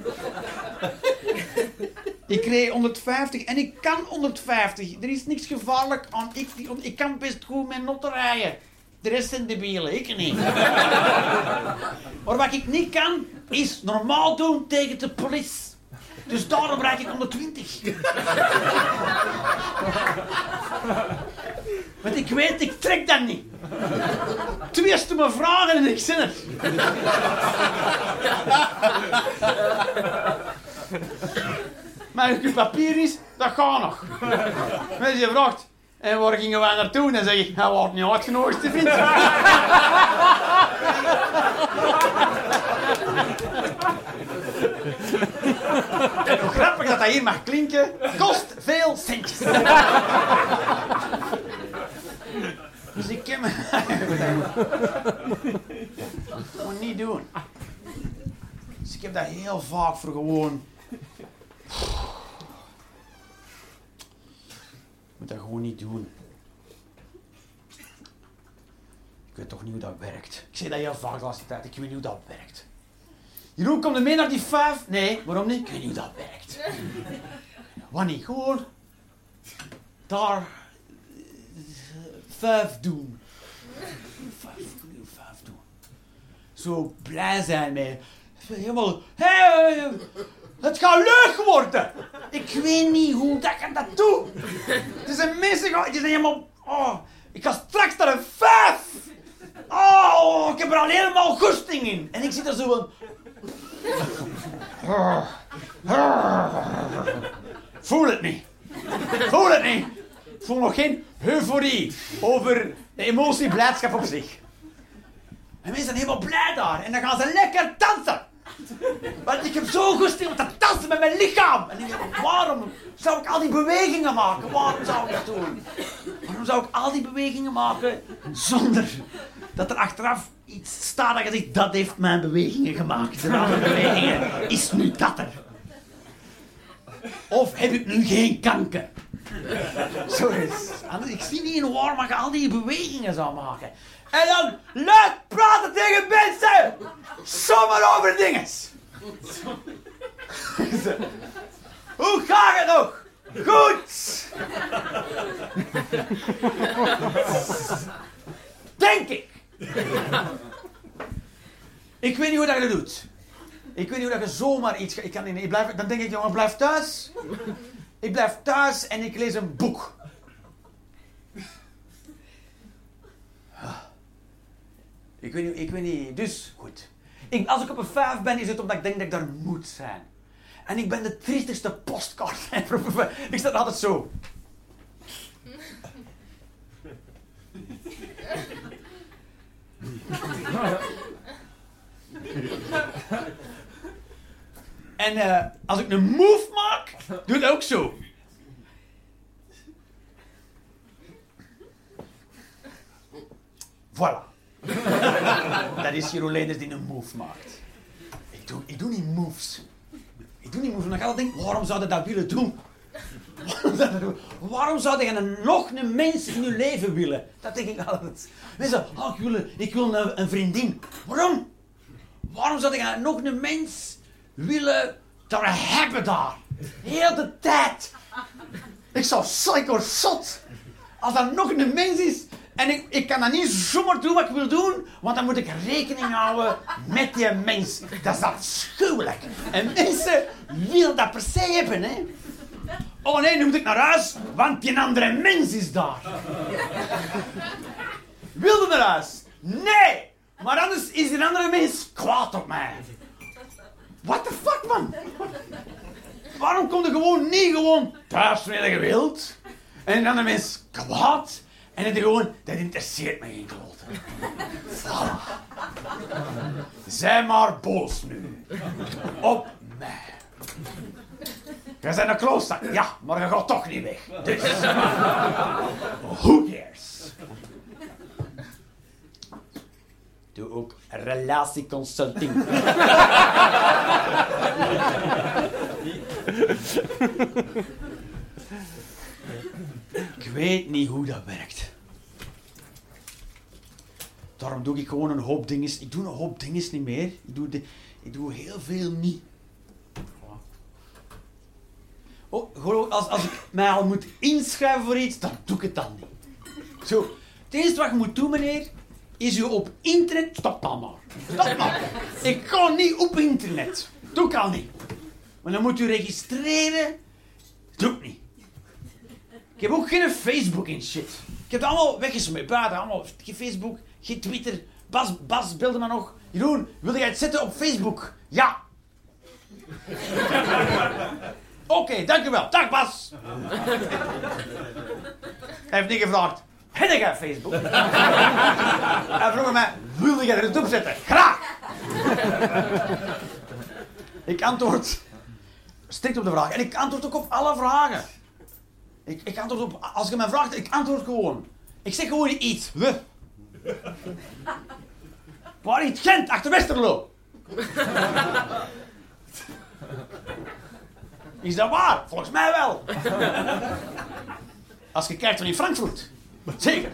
Ik kreeg honderdvijftig en ik kan honderdvijftig. Er is niks gevaarlijk aan. Ik, ik kan best goed met notten rijden. De rest zijn debielen, ik niet. Maar wat ik niet kan, is normaal doen tegen de politie. Dus daarom rijd ik honderdtwintig. Want ik weet, ik trek dat niet. Twee stomme vragen en ik zin er. Maar als je papier is, dat gaat nog. Maar als je vraagt, en waar gingen wij naartoe? Dan zeg je, hij wordt niet uitgenodigd, te vriend. En hoe grappig dat dat hier mag klinken, kost veel centjes. Dus ik kan me... gewoon niet doen. Dus ik heb dat heel vaak voor gewoon... Ik moet dat gewoon niet doen. Ik weet toch niet hoe dat werkt. Ik zeg dat heel vaak de laatste tijd. Ik weet niet hoe dat werkt. Jeroen, kom er mee naar die vijf? Nee, waarom niet? Ik weet niet hoe dat werkt. Wat niet? Gewoon... Daar... Vijf doen. Vijf, vijf doen. Zo blij zijn met... Helemaal... Hey, het gaat leuk worden. Ik weet niet hoe dat ik dat doe. Het is een mensen... Het is helemaal... Oh, ik ga straks naar een vijf. Oh, ik heb er al helemaal goesting in. En ik zit er zo van... Voel het niet. Voel het niet. Ik voel nog geen euforie over de emotie blijdschap op zich. En mensen zijn helemaal blij daar. En dan gaan ze lekker dansen. Want ik heb zo goesting om te dansen met mijn lichaam. En ik denk, waarom zou ik al die bewegingen maken? Waarom zou ik dat doen? Waarom zou ik al die bewegingen maken zonder dat er achteraf iets staat dat je zegt, dat heeft mijn bewegingen gemaakt. De andere bewegingen is nu dat er. Of heb ik nu geen kanker? Zo is. Ik zie niet in waar je al die bewegingen zou maken. En dan luid praten tegen mensen. Zomaar over dingen. Hoe gaat het nog? Goed. Denk ik. Ik weet niet hoe dat je dat doet. Ik weet niet hoe dat je zomaar iets... Ik kan niet, ik blijf, dan denk ik, jongen, blijf thuis. Ik blijf thuis en ik lees een boek. Ik weet niet, ik weet niet. Dus, goed. Ik, als ik op een vijf ben, is het omdat ik denk dat ik daar moet zijn. En ik ben de triestigste postkaart. Ik sta altijd zo. En uh, als ik een move maak, doe ik dat ook zo. Voilà. Dat is Jeroen Leenders die een move maakt. Ik doe, ik doe niet moves. Ik doe niet moves. En dan ga ik denken, waarom zou je dat willen doen? Waarom zou je dat doen? Waarom zou je een, nog een mens in je leven willen? Dat denk ik altijd. Mensen, oh, ik wil, ik wil een, een vriendin. Waarom? Waarom zou je nog een mens willen daar hebben daar? Heel de tijd. Ik zou psycho zot. Als dat nog een mens is en ik, ik kan dat niet zomaar doen wat ik wil doen, want dan moet ik rekening houden met die mens. Dat is afschuwelijk. En mensen willen dat per se hebben, hè. Oh nee, nu moet ik naar huis, want die andere mens is daar. Wilde naar huis? Nee! Maar anders is die andere mens kwaad op mij. What the fuck, man? Waarom kom je gewoon niet gewoon thuis wanneer je wilt? En die andere mens kwaad? En dan gewoon, dat interesseert me geen klote. Voilà. Zij maar boos nu. Op mij. Je bent een klooster. Ja, maar je gaat toch niet weg. Dus. Who cares? Doe ook relatieconsulting. Ik weet niet hoe dat werkt. Daarom doe ik gewoon een hoop dingen. Ik doe een hoop dingen niet meer. Ik doe, de, ik doe heel veel niet. Oh, gewoon als, als ik mij al moet inschrijven voor iets, dan doe ik het dan niet. Zo, het eerste wat je moet doen, meneer, is je op internet... Stop dan maar. Stop maar. Ik ga niet op internet. Doe ik al niet. Maar dan moet u registreren. Doe ik niet. Ik heb ook geen Facebook en shit. Ik heb het allemaal weggesmeed. Buiten, allemaal. Geen Facebook, geen Twitter. Bas, Bas belde me nog. Jeroen, wil jij het zetten op Facebook? Ja. Oké, okay, dankjewel. Dag Bas. Hij heeft niet gevraagd. Heb jij Facebook? Hij vroeg mij, wil jij er het op zetten? Graag. Ik antwoord strikt op de vraag. En ik antwoord ook op alle vragen. Ik, ik antwoord op, als je mij vraagt, ik antwoord gewoon. Ik zeg gewoon iets. We. Waar in Gent, achter Westerlo. Is dat waar? Volgens mij wel. Als je kijkt van in Frankfurt. Zeker.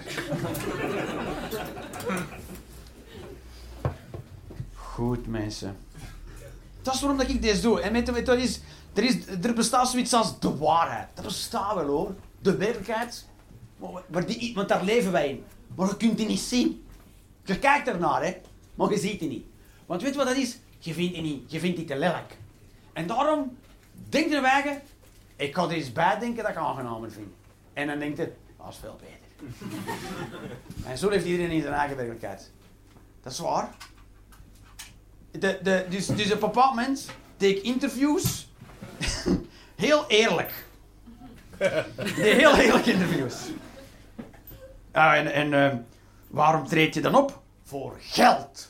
Goed, mensen. Dat is waarom dat ik dit doe. En met, met, dat is, er, is, er bestaat zoiets als de waarheid. Dat bestaat wel, hoor. De werkelijkheid. Maar die, want daar leven wij in. Maar je kunt die niet zien. Je kijkt ernaar, hè. Maar je ziet die niet. Want weet je wat dat is? Je vindt die niet. Je vindt die te lelijk. En daarom denk je wij, ik ga er eens bij denken dat ik aangenamer vind. En dan denkt je, dat is veel beter. En zo leeft iedereen in zijn eigen werkelijkheid. Dat is waar. De, de, dus, dus op een bepaald moment deed ik interviews. Heel eerlijk. De heel eerlijke interviews. Uh, en en uh, waarom treed je dan op? Voor geld.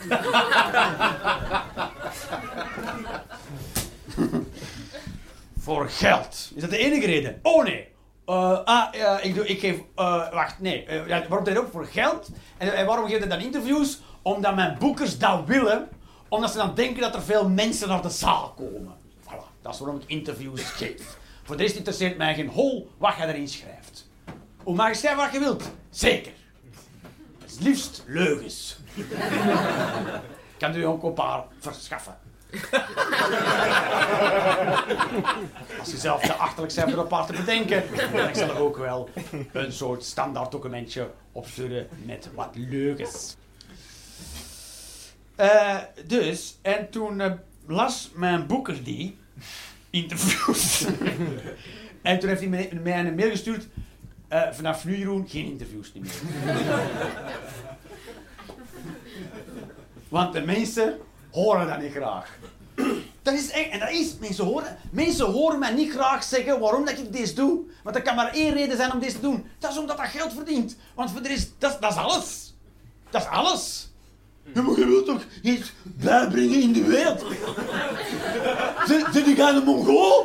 Voor geld. Is dat de enige reden? Oh nee. Uh, ah, uh, ik, doe, ik geef... Uh, wacht, nee. Uh, ja, waarom treed je op? Voor geld. En, en waarom geef je dan interviews? Omdat mijn boekers dat willen. Omdat ze dan denken dat er veel mensen naar de zaal komen. Voilà. Dat is waarom ik interviews geef. Voor de rest interesseert mij geen hol wat je erin schrijft. Hoe mag je schrijven wat je wilt? Zeker. Het liefst leugens. Ik kan u ook een paar verschaffen. Als je zelf te achterlijk bent om een paar te bedenken, dan zal ik ook wel een soort standaard documentje opsturen met wat leugens. Uh, dus, en toen uh, las mijn boeker die interviews. En toen heeft hij mij, mij een mail gestuurd. Uh, vanaf nu, Jeroen, geen interviews meer. Want de mensen horen dat niet graag. Dat is echt, en dat is, mensen horen, mensen horen mij niet graag zeggen waarom dat ik dit doe. Want er kan maar één reden zijn om dit te doen. Dat is omdat dat geld verdient. Want voor de rest, dat, dat is alles. Dat is alles. Ja, maar je wilt toch iets bijbrengen in de wereld? Zit ik aan de Mongool?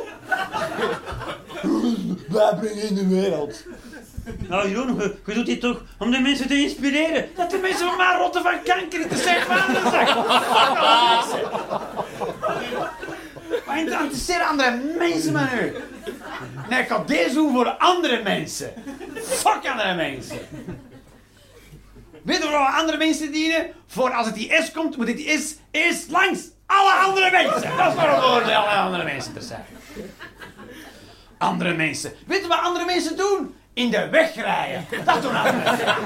Bijbrengen in de wereld. Nou Jeroen, je, je doet dit toch om de mensen te inspireren. Dat de mensen van mij rotten van kanker te zijn van anderen zeggen. Fuck alle mensen. Maar je interesseert andere mensen met u. Nee, ik ga deze doen voor andere mensen. Fuck andere mensen. Weet je waarom andere mensen dienen? Voor als het die S komt, moet het die S eerst langs alle andere mensen. Dat is waarom voor alle andere mensen er zijn. Andere mensen. Weet je wat andere mensen doen? In de weg rijden. Dat doen andere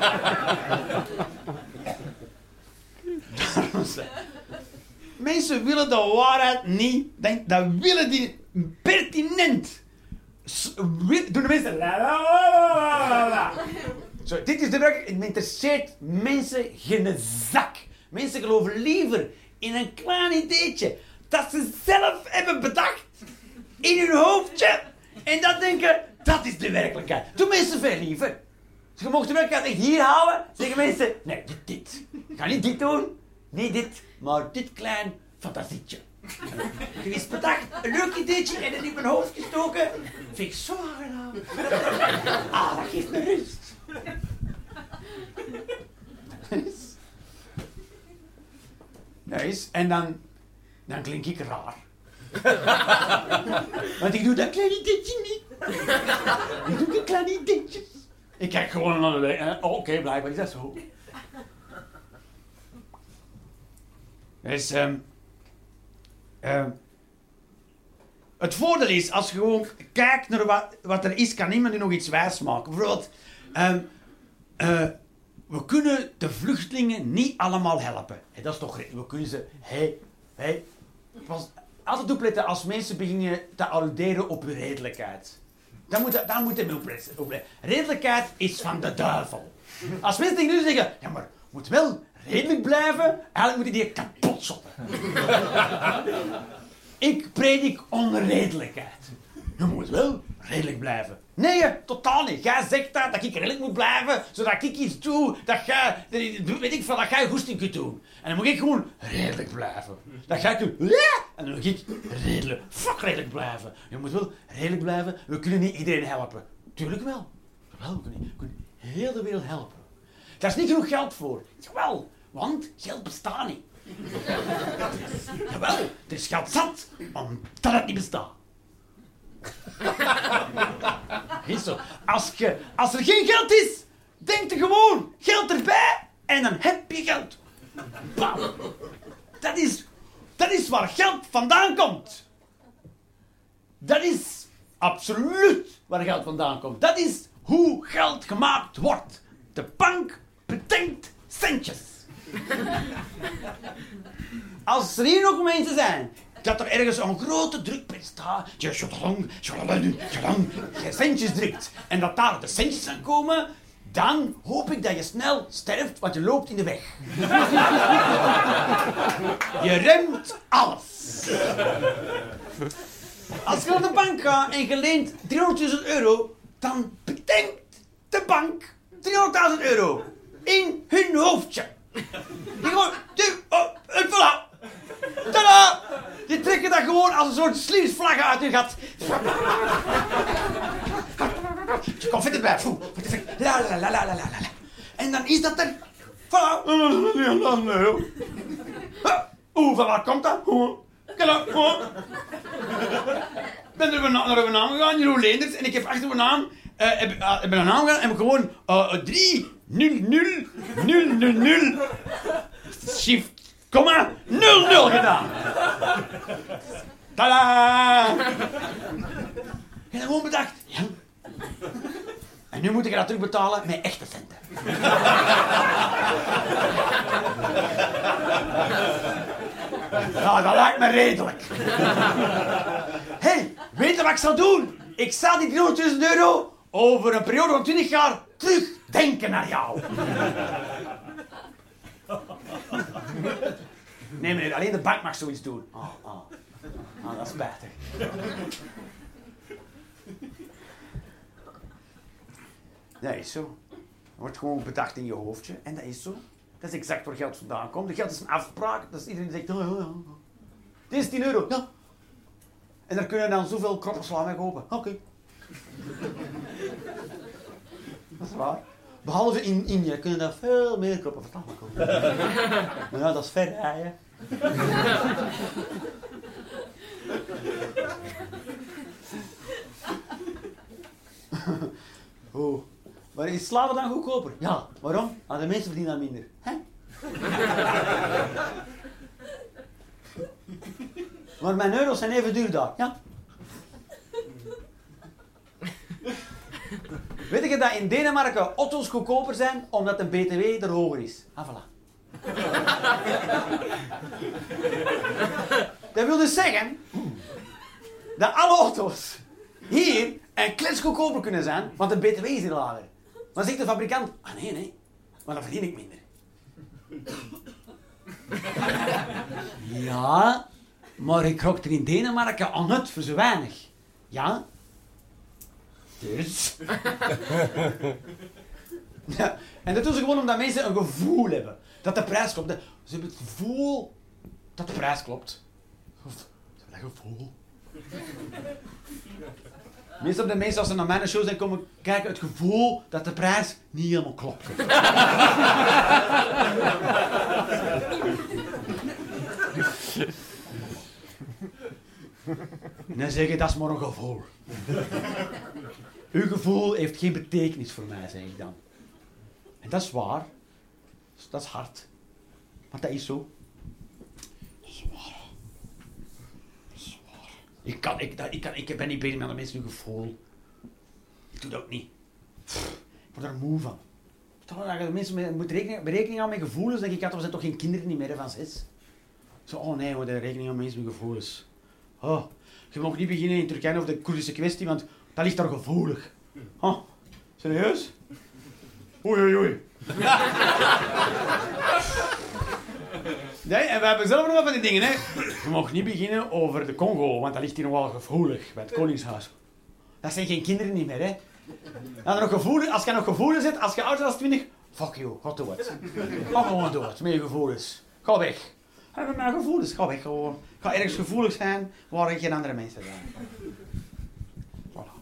mensen. Mensen willen de waarheid niet. Dat willen die pertinent. Doen de mensen. La, la, la, la, la. Zo, dit is de weg. Het interesseert mensen geen zak. Mensen geloven liever in een klein ideetje dat ze zelf hebben bedacht in hun hoofdje. En dat denken, dat is de werkelijkheid. Doen mensen veel liever. Dus je mag de werkelijkheid echt hier houden. Zeggen mensen, nee, dit, dit. Ik ga niet dit doen. Niet dit, maar dit klein fantasietje. Je is bedacht, een leuk ideetje en het in mijn hoofd gestoken. Vind ik zo aangenaam. Ah, dat geeft me rust. Nice. En dan, dan klink ik raar. Want ik doe dat kleine dingetje niet. Ik doe die kleine dingetjes. Ik kijk gewoon naar de weg. Oh, oké, okay, blijkbaar is dat zo. Dus, um, um, het voordeel is, als je gewoon kijkt naar wat, wat er is, kan iemand je nog iets wijsmaken. Bijvoorbeeld, um, uh, we kunnen de vluchtelingen niet allemaal helpen. Hey, dat is toch... We kunnen ze... Hey, hey, pas, altijd opletten als mensen beginnen te alluderen op hun redelijkheid. Dan moet, dan moet je opletten. Redelijkheid is van de duivel. Als mensen tegen u zeggen, ja maar, je moet wel redelijk blijven, eigenlijk moet je die kapot shotten. Ik predik onredelijkheid. Je moet wel redelijk blijven. Nee, totaal niet. Jij zegt dat, dat ik redelijk moet blijven, zodat ik iets doe, dat jij, weet ik veel, dat jij goesting kunt doen. En dan moet ik gewoon redelijk blijven. Dat jij kunt, en dan moet ik redelijk, fuck redelijk blijven. Je moet wel redelijk blijven, we kunnen niet iedereen helpen. Tuurlijk wel. Wel, we kunnen, we kunnen heel de wereld helpen. Daar is niet genoeg geld voor. Jawel, want geld bestaat niet. Jawel, er is geld zat, omdat het niet bestaat. Is zo. Als, je, als er geen geld is, denk er gewoon geld erbij en dan heb je geld. Bam. Dat is, dat is waar geld vandaan komt. Dat is absoluut waar geld vandaan komt. Dat is hoe geld gemaakt wordt. De bank bedenkt centjes. Als er hier nog mensen zijn dat er ergens een grote drukpret staat, je centjes drukt, en dat daar de centjes aan komen, dan hoop ik dat je snel sterft, want je loopt in de weg. Je remt alles. Als je naar de bank gaat en je leent driehonderdduizend euro, dan bedenkt de bank driehonderdduizend euro in hun hoofdje. Die gewoon, die, oh, en voilà. Tada! Die trekken dat gewoon als een soort slingsvlag uit je gat. Kom, vet erbij. La la la la la la. En dan is dat er. Voilà. Oeh, van waar komt dat? Kijk op. Ik ben er naar een naam gegaan, Jeroen Leenders, en ik heb achter mijn naam, uh, heb, uh, ben een naam gegaan en heb ik gewoon uh, drie, nul, nul, nul, nul, nul, shift, komma, nul, nul gedaan. Tadaa! Ik heb gewoon bedacht, ja. En nu moet ik dat terugbetalen met echte centen. Nou, dat lijkt me redelijk. Hé, hey, weet je wat ik zal doen? Ik zal die driehonderdduizend euro over een periode van twintig jaar terugdenken naar jou. Nee meneer, alleen de bank mag zoiets doen. Ah, oh, oh. oh, dat is spijtig. Dat is zo. Dat wordt gewoon bedacht in je hoofdje en dat is zo. Dat is exact waar geld vandaan komt. De geld is een afspraak. Dat is iedereen die zegt, oh, oh, oh. Dit is tien euro. Ja. En daar kun je dan zoveel kroppen sla mee kopen. Oké. Okay. Dat is waar. Behalve in India kun je daar veel meer kroppen van sla kopen. Maar ja, dat is ver rijden. Oh. Maar is slaven dan goedkoper? Ja. Waarom? Ah, de mensen verdienen dan minder. Hè? Maar mijn euro's zijn even duur daar. Ja. Weet je dat in Denemarken auto's goedkoper zijn omdat de B T W er hoger is? Ah, voilà. Dat wil dus zeggen dat alle auto's hier een klets goedkoper kunnen zijn, want de B T W is hier lager. Dan zegt de fabrikant, ah nee, nee, maar dan verdien ik minder. Ja, maar ik krok er in Denemarken aan uit voor zo weinig. Ja. Dus. Ja. En dat doen ze gewoon omdat mensen een gevoel hebben. Dat de prijs klopt. Ze hebben het gevoel dat de prijs klopt. Ze hebben dat gevoel. Meestal de mensen als ze naar mijn show zijn komen kijken, het gevoel dat de prijs niet helemaal klopt. en zeggen, dat is maar een gevoel. Uw gevoel heeft geen betekenis voor mij, zeg ik dan. En dat is waar. Dat is hard. Maar dat is zo. Dat is waar. Dat is waar. Ik, kan, ik, dat, ik, kan, ik ben niet bezig met de mensen hun gevoel. Ik doe dat ook niet. Pff, ik word er moe van. Toch dat je mensen moet rekening, berekening houden met gevoelens. Dan denk ik, we zijn toch geen kinderen niet meer van zes. Zo, oh nee, we moeten rekening houden met mensen met gevoelens. Oh, je mag niet beginnen in Turkije over de Koerdische kwestie, want dat ligt daar gevoelig. Oh, serieus? Oei, oei, oei. Nee, en we hebben zelf nog wat van die dingen, hè. Je mag niet beginnen over de Congo, want dat ligt hier nog wel gevoelig, bij het Koningshuis. Dat zijn geen kinderen niet meer, hè. En nog gevoelens, als je nog gevoelens hebt, als je ouder dan twintig, fuck you, ga door het. Ga gewoon door het, met je gevoelens. Ga weg. Ga met mijn gevoelens, ga weg gewoon. Ga ergens gevoelig zijn waar geen andere mensen zijn. Voilà.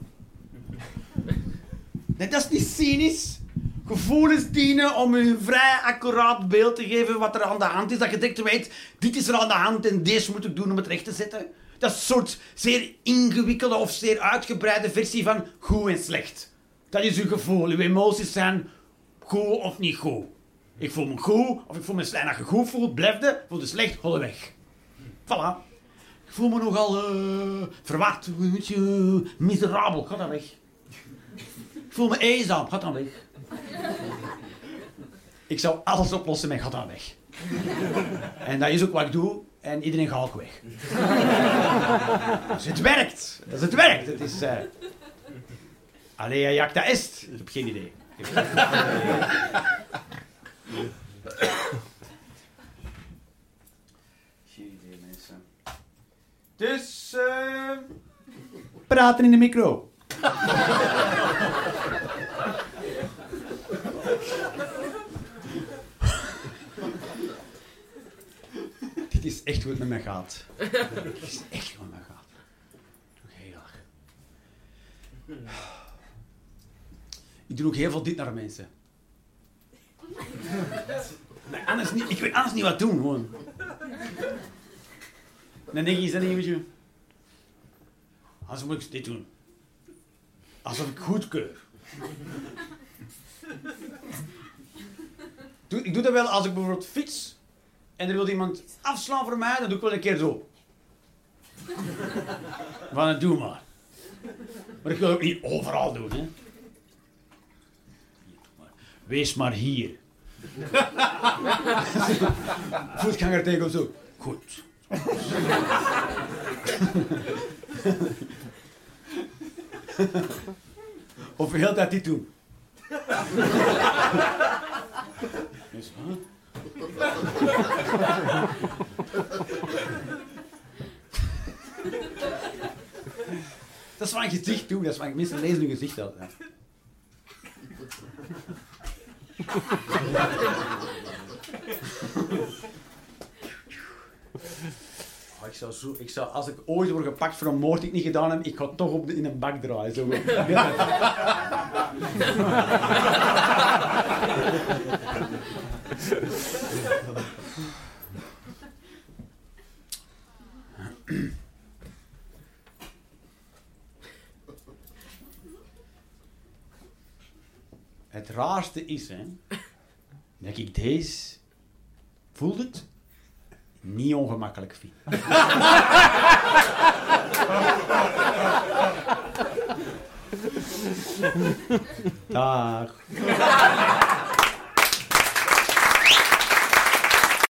Nee, dat is niet cynisch. Gevoelens dienen om je een vrij accuraat beeld te geven wat er aan de hand is. Dat je direct weet, dit is er aan de hand en deze moet ik doen om het recht te zetten. Dat is een soort zeer ingewikkelde of zeer uitgebreide versie van goed en slecht. Dat is uw gevoel. Uw emoties zijn goed of niet goed. Ik voel me goed of ik voel me slecht. Als je goed voelt, blijf je. Voel je slecht, hol je weg. Voilà. Ik voel me nogal uh, verward, een beetje uh, miserabel. Ga dan weg. Ik voel me eenzaam. Ga dan weg. Ik zou alles oplossen met ga dan weg. En dat is ook wat ik doe. En iedereen gaat ook weg. Dus het werkt. Dus het werkt. Het is... Uh... Allee, jak dat is het. Ik heb geen idee. Ik heb geen idee, mensen. Dus... Uh... praten in de micro. Dit is echt hoe het met mij gaat. Dit is echt hoe het met mij gaat. Heel erg. Ik doe ook heel veel dit naar mensen. Maar anders niet, ik weet anders niet wat doen, gewoon. Dan denk je, is dat niet een beetje... Anders moet ik dit doen. Alsof ik goedkeur. Ik doe dat wel als ik bijvoorbeeld fiets... en er wil iemand afslaan voor mij, dan doe ik wel een keer zo. Van, doe maar. Maar ik wil het ook niet overal doen, hè. Wees maar hier. Voetganger tegen of zo. Goed. Of heel tijd dit doen. Is, huh? Dat is van een gezicht toe, dat is van mensen lezen hun gezicht altijd. Oh, ik, zou zo, ik zou, als ik ooit word gepakt voor een moord die ik niet gedaan heb, ik ga toch op de, in een bak draaien. Zo. Het raarste is, hè, dat ik deze, voelt het, niet ongemakkelijk vind. Dag.